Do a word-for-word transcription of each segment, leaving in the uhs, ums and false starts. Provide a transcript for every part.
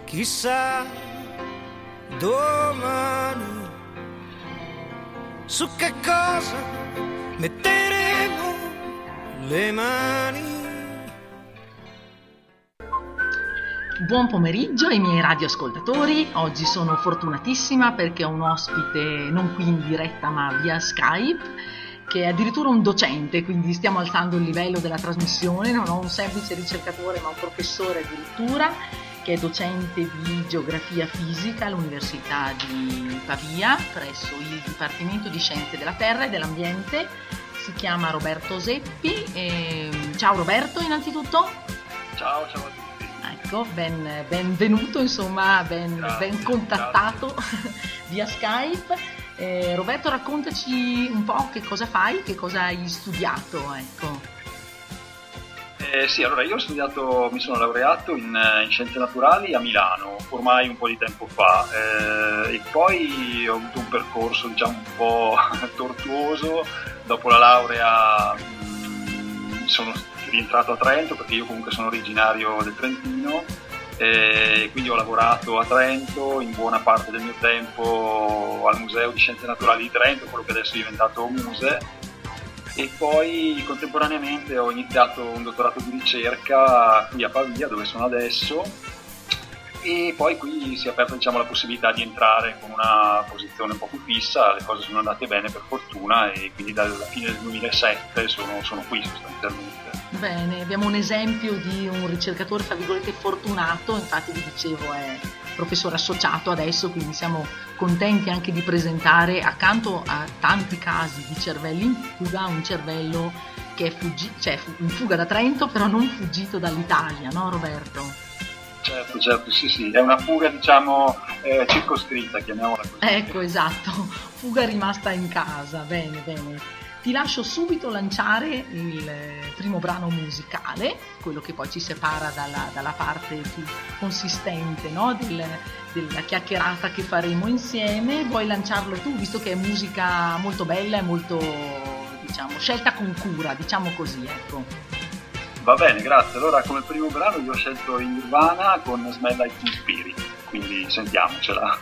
chissà domani su che cosa metteremo le mani. Buon pomeriggio ai miei radioascoltatori. Oggi sono fortunatissima perché ho un ospite non qui in diretta ma via Skype, che è addirittura un docente, quindi stiamo alzando il livello della trasmissione. Non ho un semplice ricercatore ma un professore addirittura, che è docente di geografia fisica all'Università di Pavia presso il Dipartimento di Scienze della Terra e dell'Ambiente. Si chiama Roberto Seppi. E... Ciao Roberto, innanzitutto. Ciao, ciao a tutti. Ecco, ben, benvenuto, insomma, ben, grazie, ben contattato via Skype. Eh, Roberto, raccontaci un po' che cosa fai, che cosa hai studiato, ecco. Eh, sì, allora io ho studiato, mi sono laureato in, in Scienze Naturali a Milano, ormai un po' di tempo fa, eh, e poi ho avuto un percorso, diciamo, un po' tortuoso. Dopo la laurea mh, sono rientrato a Trento, perché io comunque sono originario del Trentino, e quindi ho lavorato a Trento in buona parte del mio tempo al Museo di Scienze Naturali di Trento, quello che adesso è diventato Muse, e poi contemporaneamente ho iniziato un dottorato di ricerca qui a Pavia, dove sono adesso, e poi qui si è aperta, diciamo, la possibilità di entrare con una posizione un po' più fissa. Le cose sono andate bene per fortuna e quindi dalla fine del duemilasette sono, sono qui sostanzialmente. Bene, abbiamo un esempio di un ricercatore, tra virgolette, fortunato. Infatti vi dicevo è professore associato adesso, quindi siamo contenti anche di presentare, accanto a tanti casi di cervelli in fuga, un cervello che è fuggi- cioè in fuga da Trento, però non fuggito dall'Italia, no Roberto? Certo, certo, sì, sì, è una fuga, diciamo, eh, circoscritta, chiamiamola così. Ecco, esatto, fuga rimasta in casa. Bene, bene. Ti lascio subito lanciare il primo brano musicale, quello che poi ci separa dalla, dalla parte più consistente, no? Del, della chiacchierata che faremo insieme. Vuoi lanciarlo tu, visto che è musica molto bella e molto, diciamo, scelta con cura, diciamo così, ecco. Va bene, grazie. Allora, come primo brano io ho scelto Nirvana con Smell Like Teen Spirit, quindi sentiamocela.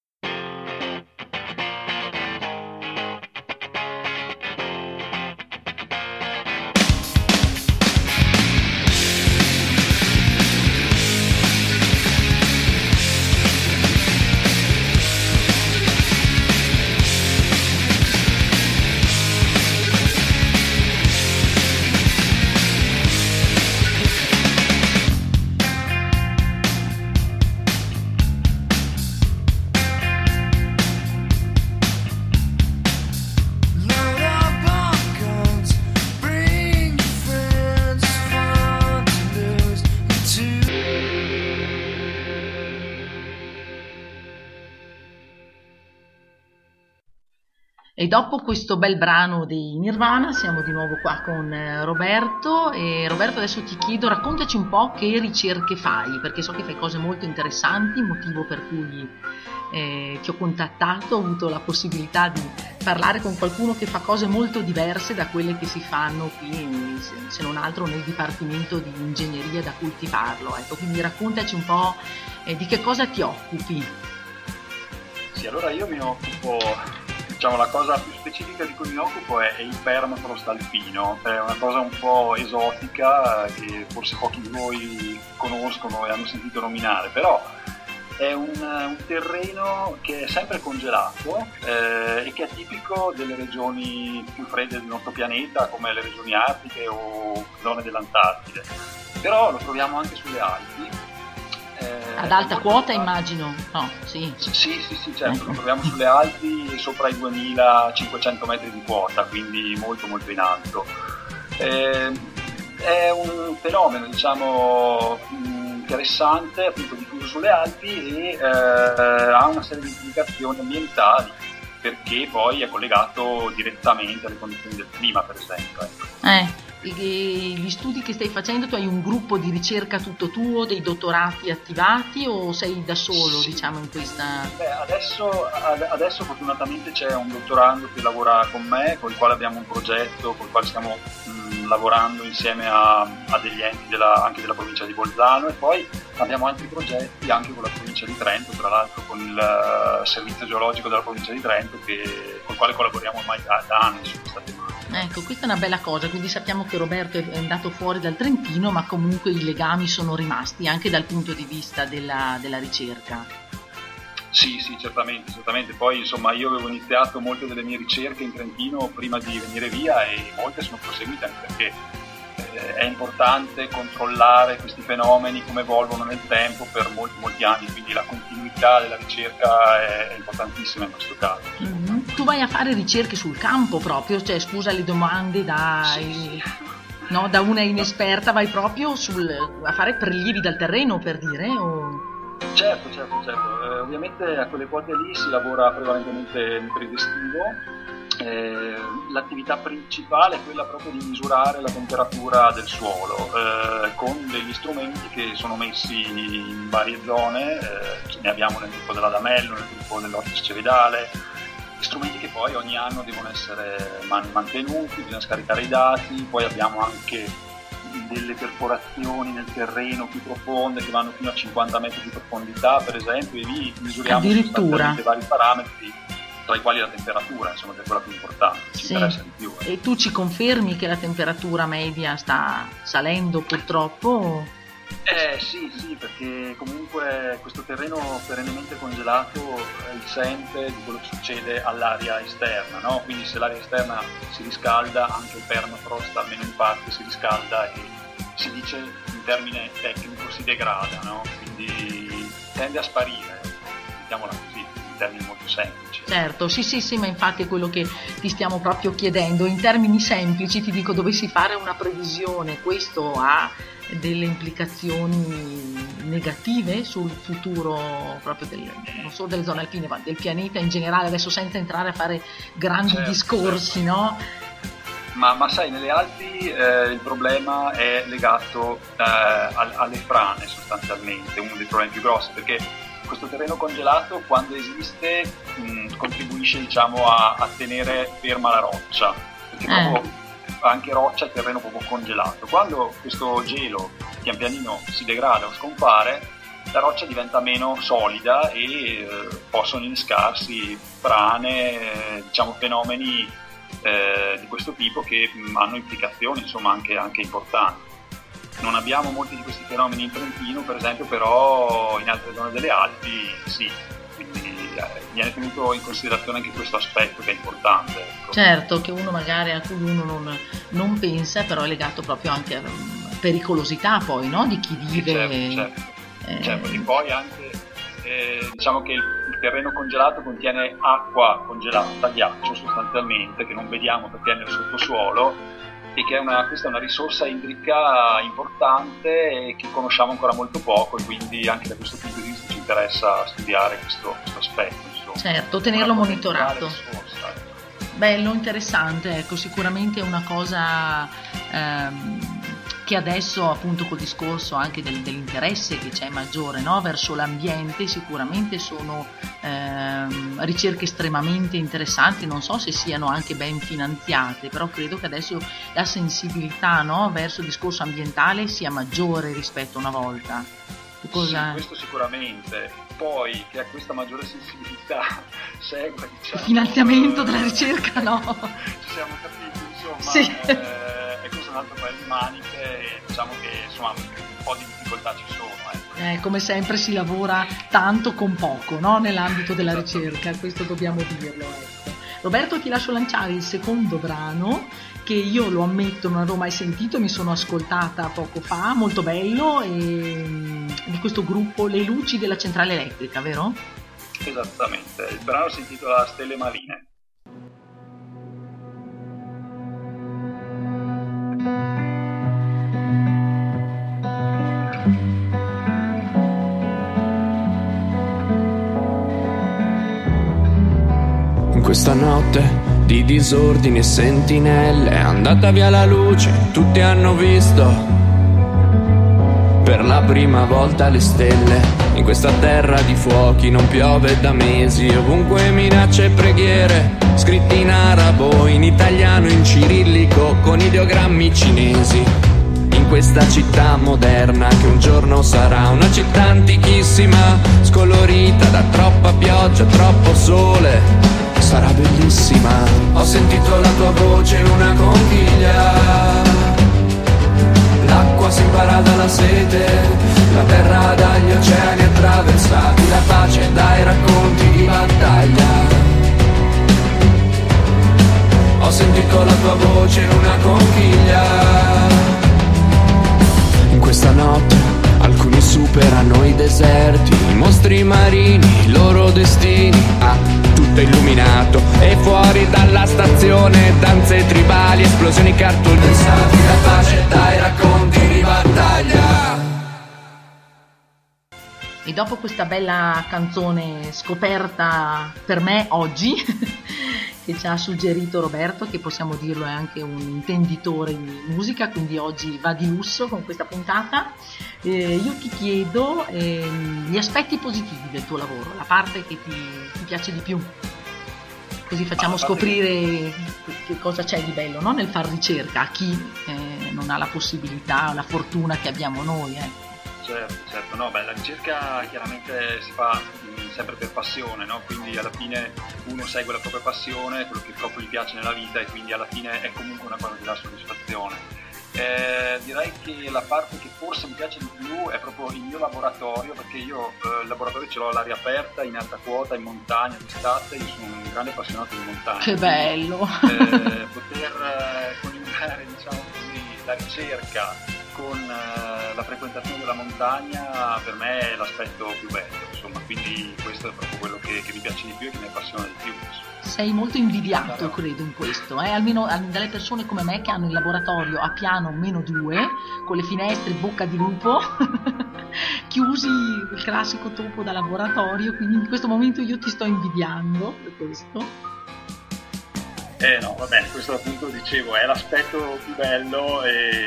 E dopo questo bel brano dei Nirvana siamo di nuovo qua con Roberto. E Roberto, adesso ti chiedo, raccontaci un po' che ricerche fai, perché so che fai cose molto interessanti, motivo per cui eh, ti ho contattato, ho avuto la possibilità di parlare con qualcuno che fa cose molto diverse da quelle che si fanno qui, se non altro nel Dipartimento di Ingegneria da cui ti parlo. Ecco, quindi raccontaci un po' eh, di che cosa ti occupi. Sì, allora io mi occupo... Diciamo, la cosa più specifica di cui mi occupo è, è il permafrost alpino. È una cosa un po' esotica che forse pochi di voi conoscono e hanno sentito nominare, però è un, un terreno che è sempre congelato eh, e che è tipico delle regioni più fredde del nostro pianeta, come le regioni artiche o zone dell'Antartide. Però lo troviamo anche sulle Alpi. Eh, Ad alta quota immagino, no? Sì, sì, sì, sì, certo, lo troviamo sulle Alpi sopra i duemilacinquecento metri di quota, quindi molto molto in alto. Eh, è un fenomeno, diciamo, interessante, appunto diffuso sulle Alpi e eh, ha una serie di implicazioni ambientali, perché poi è collegato direttamente alle condizioni del clima, per esempio. Ecco. Eh. gli studi che stai facendo, tu hai un gruppo di ricerca tutto tuo, dei dottorati attivati o sei da solo, sì, diciamo, in questa... Beh, adesso, adesso fortunatamente c'è un dottorando che lavora con me, con il quale abbiamo un progetto, con il quale stiamo mh, lavorando insieme a, a degli enti della, anche della provincia di Bolzano, e poi abbiamo altri progetti anche con la provincia di Trento, tra l'altro con il uh, servizio geologico della provincia di Trento, che, con il quale collaboriamo ormai da, da anni su questa tematica. Ecco, questa è una bella cosa, quindi sappiamo che Roberto è andato fuori dal Trentino, ma comunque i legami sono rimasti anche dal punto di vista della, della ricerca. Sì, sì, certamente, certamente. Poi insomma io avevo iniziato molte delle mie ricerche in Trentino prima di venire via e molte sono proseguite, anche perché eh, è importante controllare questi fenomeni, come evolvono nel tempo per molti, molti anni, quindi la continuità della ricerca è, è importantissima in questo caso. Mm-hmm. Tu vai a fare ricerche sul campo proprio, cioè scusa le domande da, sì, sì. No, da una inesperta, vai proprio sul, a fare prelievi dal terreno, per dire? O... Certo, certo, certo. Eh, ovviamente a quelle quote lì si lavora prevalentemente nel periodo estivo. Eh, l'attività principale è quella proprio di misurare la temperatura del suolo eh, con degli strumenti che sono messi in varie zone, eh, ne abbiamo nel gruppo dell'Adamello, nel gruppo dell'Ortis Cevedale, strumenti che poi ogni anno devono essere man- mantenuti, bisogna scaricare i dati, poi abbiamo anche delle perforazioni nel terreno più profonde che vanno fino a cinquanta metri di profondità per esempio, e lì misuriamo sostanzialmente vari parametri, tra i quali la temperatura, insomma, che è quella più importante, ci sì. interessa di più. Eh. E tu ci confermi che la temperatura media sta salendo purtroppo? Eh sì, sì, perché comunque questo terreno perennemente congelato risente di quello che succede all'aria esterna, no? Quindi se l'aria esterna si riscalda, anche il permafrost almeno in parte si riscalda e si dice in termine tecnico si degrada, no? Quindi tende a sparire, mettiamola così, in termini molto semplici. Certo, sì sì sì, ma infatti è quello che ti stiamo proprio chiedendo. In termini semplici ti dico, dovessi fare una previsione, questo ha delle implicazioni negative sul futuro proprio del, non solo delle zone alpine, ma del pianeta in generale, adesso senza entrare a fare grandi certo, discorsi, certo. No? Ma, ma sai, nelle Alpi eh, il problema è legato eh, al, alle frane sostanzialmente, uno dei problemi più grossi, perché questo terreno congelato quando esiste mh, contribuisce diciamo a, a tenere ferma la roccia, perché eh. proprio anche roccia è terreno proprio congelato. Quando questo gelo pian pianino si degrada o scompare, la roccia diventa meno solida e eh, possono innescarsi frane, eh, diciamo fenomeni eh, di questo tipo che mh, hanno implicazioni insomma anche, anche importanti. Non abbiamo molti di questi fenomeni in Trentino per esempio, però in altre zone delle Alpi sì, quindi eh, viene tenuto in considerazione anche questo aspetto che è importante. Ecco. Certo, che uno magari a cui uno non, non pensa, però è legato proprio anche a pericolosità poi, no? Di chi vive. Sì, certo, certo. Eh... certo. E poi anche eh, diciamo che il, il terreno congelato contiene acqua congelata, ghiaccio sostanzialmente, che non vediamo perché è nel sottosuolo, e che è una, questa è una risorsa idrica importante e che conosciamo ancora molto poco, e quindi anche da questo punto di vista ci interessa studiare questo, questo aspetto. Insomma. Certo, tenerlo monitorato. Risorsa, ecco. Bello, interessante, ecco, sicuramente è una cosa ehm, che adesso appunto col discorso anche del, dell'interesse che c'è maggiore, no? Verso l'ambiente, sicuramente sono ehm, ricerche estremamente interessanti, non so se siano anche ben finanziate, però credo che adesso la sensibilità, no? Verso il discorso ambientale sia maggiore rispetto a una volta. Cosa... Sì, questo sicuramente. Poi che a questa maggiore sensibilità segue diciamo, il finanziamento eh, della ricerca, no? Ci siamo capiti, insomma. Sì. Eh, e questo è un altro paio di maniche e diciamo che insomma un po' di difficoltà ci sono. Ecco. Eh, come sempre si lavora tanto con poco, no? Nell'ambito della ricerca, questo dobbiamo dirlo. Ecco. Roberto, ti lascio lanciare il secondo brano, che io lo ammetto non avevo mai sentito, mi sono ascoltata poco fa, molto bello, e di questo gruppo Le Luci della Centrale Elettrica, vero? Esattamente, il brano si intitola Stelle Marine. In questa notte di disordini e sentinelle. È andata via la luce, tutti hanno visto per la prima volta le stelle. In questa terra di fuochi non piove da mesi, ovunque minacce e preghiere, scritti in arabo, in italiano, in cirillico, con ideogrammi cinesi. In questa città moderna che un giorno sarà una città antichissima, scolorita da troppa pioggia, troppo sole, sarà bellissima. Ho sentito la tua voce in una conchiglia, l'acqua si impara dalla sete, la terra dagli oceani attraversati, la pace dai racconti di battaglia. Ho sentito la tua voce in una conchiglia. In questa notte alcuni superano i deserti, i mostri marini, i loro destini. Ah, tutto illuminato e fuori dalla stazione danze tribali, esplosioni cartoni. Pensati la pace dai racconti di battaglia. E dopo questa bella canzone scoperta per me oggi, che ci ha suggerito Roberto, che possiamo dirlo è anche un intenditore di musica, quindi oggi va di lusso con questa puntata, eh, io ti chiedo eh, gli aspetti positivi del tuo lavoro, la parte che ti, ti piace di più, così facciamo scoprire che cosa c'è di bello, no? Nel far ricerca a chi eh, non ha la possibilità o la fortuna che abbiamo noi, eh. Certo, certo, no, beh, la ricerca chiaramente si fa mh, sempre per passione, no? Quindi alla fine uno segue la propria passione, quello che proprio gli piace nella vita, e quindi alla fine è comunque una cosa che dà soddisfazione. Eh, direi che la parte che forse mi piace di più è proprio il mio laboratorio, perché io eh, il laboratorio ce l'ho all'aria aperta, in alta quota, in montagna, d'estate. Io sono un grande appassionato di montagna. Che bello! Eh, poter eh, coniugare, diciamo così, la ricerca con uh, la frequentazione della montagna per me è l'aspetto più bello, insomma, quindi questo è proprio quello che, che mi piace di più e che mi appassiona di più. Sei molto invidiato, credo, in questo, eh? Almeno dalle persone come me che hanno il laboratorio a piano meno due, con le finestre bocca di lupo, chiusi, il classico topo da laboratorio, quindi in questo momento io ti sto invidiando per questo. Eh no, va bene, questo appunto dicevo è l'aspetto più bello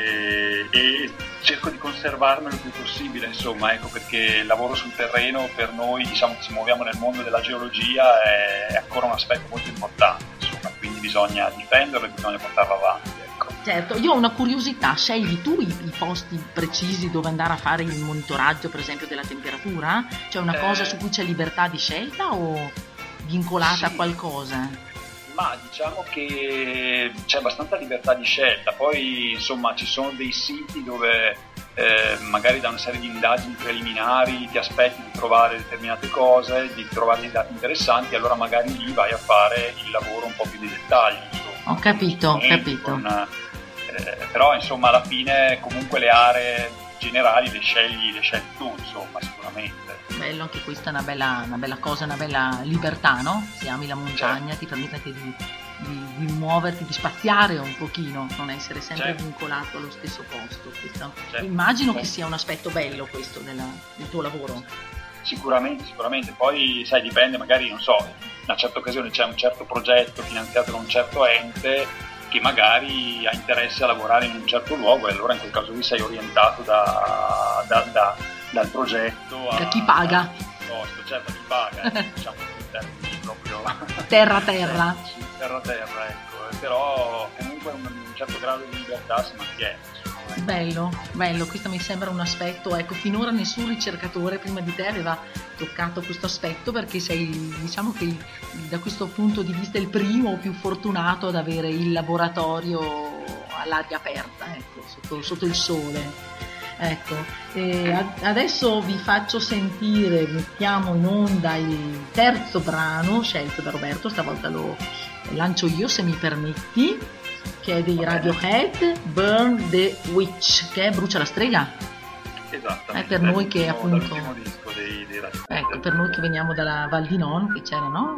e, e cerco di conservarmelo il più possibile, insomma, ecco, perché il lavoro sul terreno per noi, diciamo che ci muoviamo nel mondo della geologia, è, è ancora un aspetto molto importante, insomma, quindi bisogna difenderlo e bisogna portarlo avanti, ecco. Certo, io ho una curiosità, scegli tu i, i posti precisi dove andare a fare il monitoraggio, per esempio, della temperatura? C'è una eh... cosa su cui c'è libertà di scelta o vincolata sì. a qualcosa? Ma diciamo che c'è abbastanza libertà di scelta, poi insomma ci sono dei siti dove eh, magari da una serie di indagini preliminari ti aspetti di trovare determinate cose, di trovare dei dati interessanti, allora magari lì vai a fare il lavoro un po' più di dettaglio. Insomma, ho capito, ho capito. Con, eh, però insomma alla fine comunque le aree generali le scegli, le scegli tu, insomma, sicuramente. Bello, anche questa è una bella, una bella cosa, una bella libertà, no? Se ami la montagna, certo, ti permette anche di, di, di muoverti, di spaziare un pochino, non essere sempre certo. vincolato allo stesso posto. Questo. Certo. Immagino certo. che sia un aspetto bello questo della, del tuo lavoro. Sicuramente, sicuramente. Poi, sai, dipende, magari, non so, in una certa occasione c'è un certo progetto finanziato da un certo ente che magari ha interesse a lavorare in un certo luogo, e allora in quel caso lì sei orientato da, da, da, dal progetto a, da chi paga a, posto, certo, a chi paga, diciamo in termini proprio terra terra sì, terra terra, ecco, però comunque un, un certo grado di libertà si mantiene, insomma, ecco. Bello, bello, questo mi sembra un aspetto, ecco, finora nessun ricercatore prima di te aveva toccato questo aspetto, perché sei, diciamo che da questo punto di vista il primo più fortunato ad avere il laboratorio all'aria aperta, ecco, sotto, sotto il sole. Ecco, e adesso vi faccio sentire, mettiamo in onda il terzo brano scelto da Roberto, stavolta lo lancio io se mi permetti, che è dei Radiohead, Burn the Witch, che è Brucia la strega. Esatto. È per noi che appunto disco dei, dei ecco, per noi che veniamo dalla Val di Non, che c'era, no?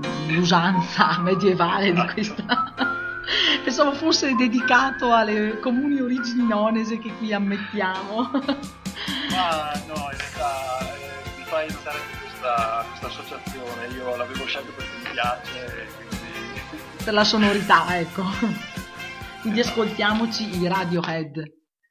l'usanza medievale di questa. Pensavo fosse dedicato alle comuni origini nonese che qui ammettiamo. Ma no, in realtà eh, mi fa iniziare questa, questa associazione, io l'avevo scelto perché mi piace, quindi per la sonorità, ecco. Quindi ascoltiamoci i Radiohead.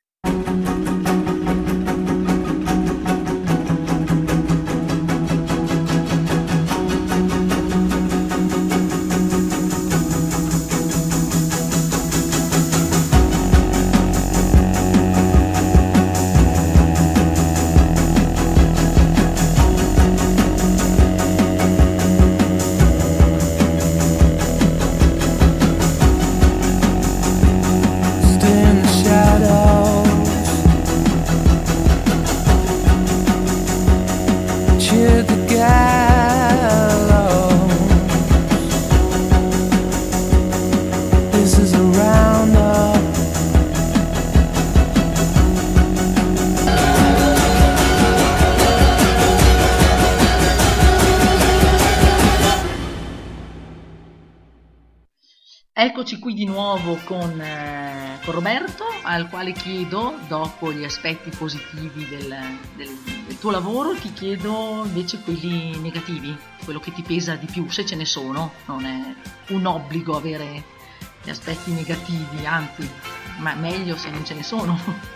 Eccoci qui di nuovo con, eh, con Roberto, al quale chiedo, dopo gli aspetti positivi del, del, del tuo lavoro, ti chiedo invece quelli negativi, quello che ti pesa di più, se ce ne sono. Non è un obbligo avere gli aspetti negativi, anzi, ma meglio se non ce ne sono.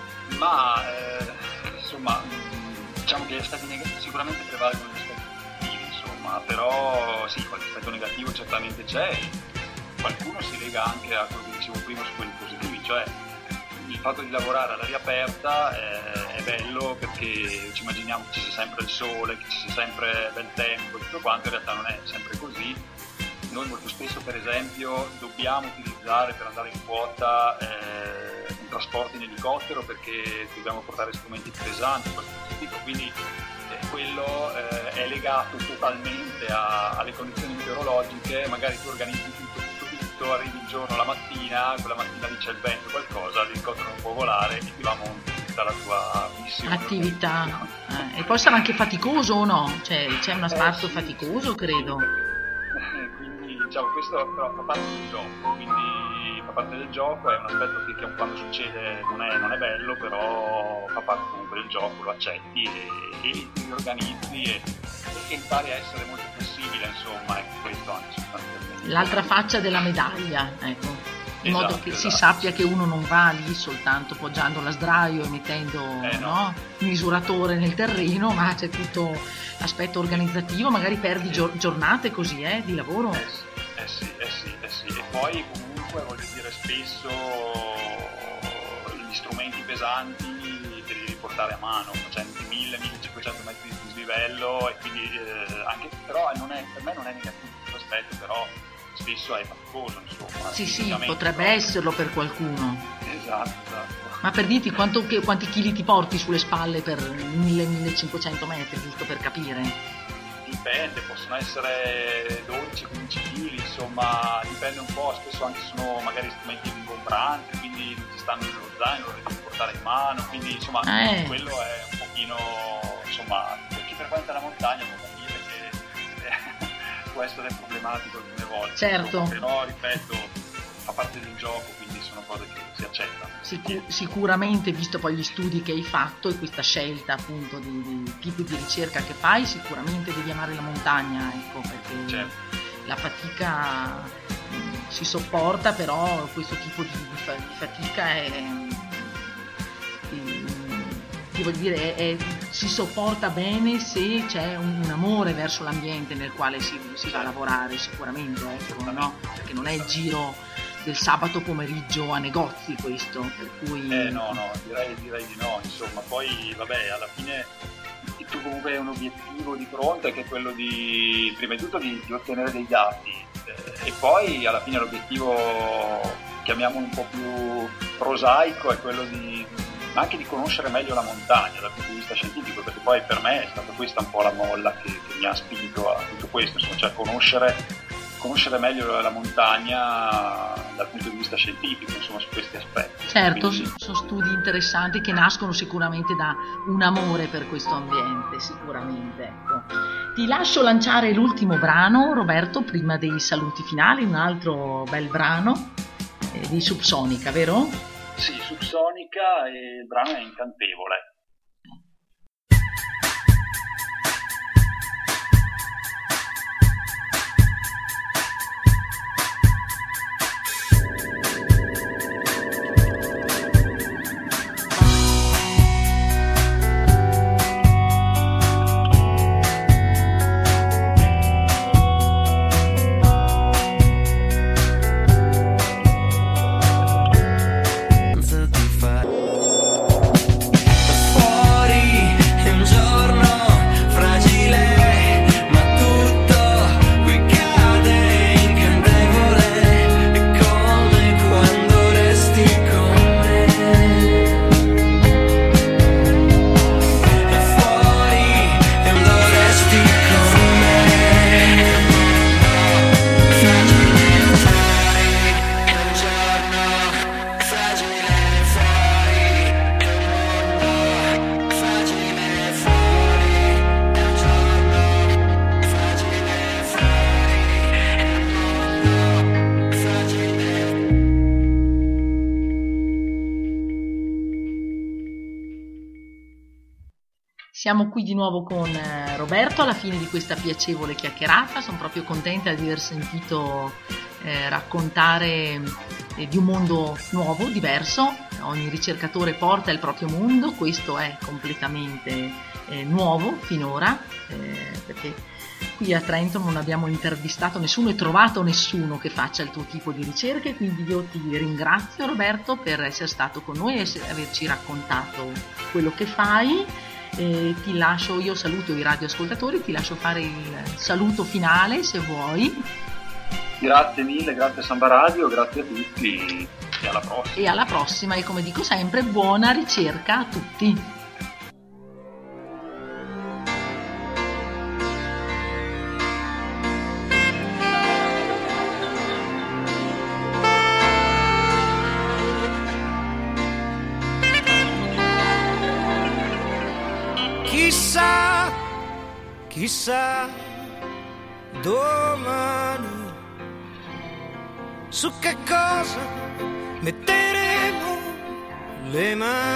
Ma eh, insomma, diciamo che gli aspetti negativi sicuramente prevalgono gli aspetti positivi, insomma, però sì, qualche aspetto negativo certamente c'è. Qualcuno si lega anche a quello che dicevo prima su quelli positivi, cioè il fatto di lavorare all'aria aperta è, è bello perché ci immaginiamo che ci sia sempre il sole, che ci sia sempre bel tempo, tutto quanto, in realtà non è sempre così. Noi molto spesso, per esempio, dobbiamo utilizzare per andare in quota eh, un trasporto in elicottero perché dobbiamo portare strumenti pesanti, quindi eh, quello eh, è legato totalmente a, alle condizioni meteorologiche. Magari tu organizzi tutto arrivi il giorno, la mattina, quella mattina lì c'è il vento, qualcosa, l'elicottero non può volare e ti va a monte tutta la tua missione. Attività. Eh, e poi sarà anche faticoso o no? Cioè c'è un aspetto eh, sì, faticoso, sì, credo. Quindi diciamo questo però fa parte del gioco, quindi fa parte del gioco, è un aspetto che, che quando succede non è, non è bello, però fa parte comunque del gioco, lo accetti e, e ti organizzi e, e impari a essere molto flessibile, insomma, ecco, questo anche sostanzialmente. L'altra faccia della medaglia, ecco, in esatto, modo che esatto. si sappia che uno non va lì soltanto poggiando la sdraio e mettendo eh no. no, il misuratore nel terreno, ma c'è tutto l'aspetto organizzativo, magari perdi sì. giornate così eh, di lavoro. Eh sì, eh sì, eh sì, eh sì. E poi comunque voglio dire spesso gli strumenti pesanti li devi riportare a mano, facendo mille millecinquecento metri di dislivello e quindi eh, anche però non è, per me non è negativo questo aspetto, però spesso è faticoso, insomma. Sì, sì, potrebbe esserlo per qualcuno. Esatto, esatto. Ma per dirti quanto, che, quanti chili ti porti sulle spalle per mille millecinquecento metri, giusto per capire? Dipende, possono essere dodici quindici chili, insomma, dipende un po', spesso anche sono magari strumenti ingombranti, quindi non ti stanno nello zaino, lo devi portare in mano, quindi insomma eh. quello è un pochino, insomma, per chi frequenta la montagna può capire che eh, può essere problematico alcune volte, certo. Insomma, però ripeto, fa parte del gioco, quindi sono cose che si accettano. Sic- sicuramente, visto poi gli studi che hai fatto e questa scelta appunto di, di tipo di ricerca che fai, sicuramente devi amare la montagna, ecco, perché certo. La fatica mh, si sopporta, però questo tipo di, di, fa- di fatica è, di, ti voglio dire, è, è, si sopporta bene se c'è un, un amore verso l'ambiente nel quale si, si va a lavorare, sicuramente, ecco, no? Perché non è il giro del sabato pomeriggio a negozi questo, per cui... Eh no, no, direi, direi di no, insomma, poi vabbè, alla fine tu comunque hai un obiettivo di fronte che è quello di, prima di tutto, di, di ottenere dei dati eh, e poi alla fine l'obiettivo, chiamiamolo un po' più prosaico, è quello di anche di conoscere meglio la montagna dal punto di vista scientifico, perché poi per me è stata questa un po' la molla che, che mi ha spinto a tutto questo, insomma, cioè conoscere conoscere meglio la montagna dal punto di vista scientifico, insomma, su questi aspetti. Certo, quindi... sono studi interessanti che nascono sicuramente da un amore per questo ambiente, sicuramente, ecco. Ti lascio lanciare l'ultimo brano, Roberto, prima dei saluti finali, un altro bel brano eh, di Subsonica, vero? Sì, Subsonica, e il brano è Incantevole. Siamo qui di nuovo con Roberto alla fine di questa piacevole chiacchierata. Sono proprio contenta di aver sentito eh, raccontare eh, di un mondo nuovo, diverso. Ogni ricercatore porta il proprio mondo, questo è completamente eh, nuovo finora, eh, perché qui a Trento non abbiamo intervistato nessuno e trovato nessuno che faccia il tuo tipo di ricerche, quindi io ti ringrazio Roberto per essere stato con noi e averci raccontato quello che fai. E ti lascio, io saluto i radioascoltatori, ti lascio fare il saluto finale se vuoi. Grazie mille, grazie Samba Radio, grazie a tutti e alla prossima. E alla prossima, e come dico sempre, buona ricerca a tutti. Chissà, chissà, domani su che cosa metteremo le mani.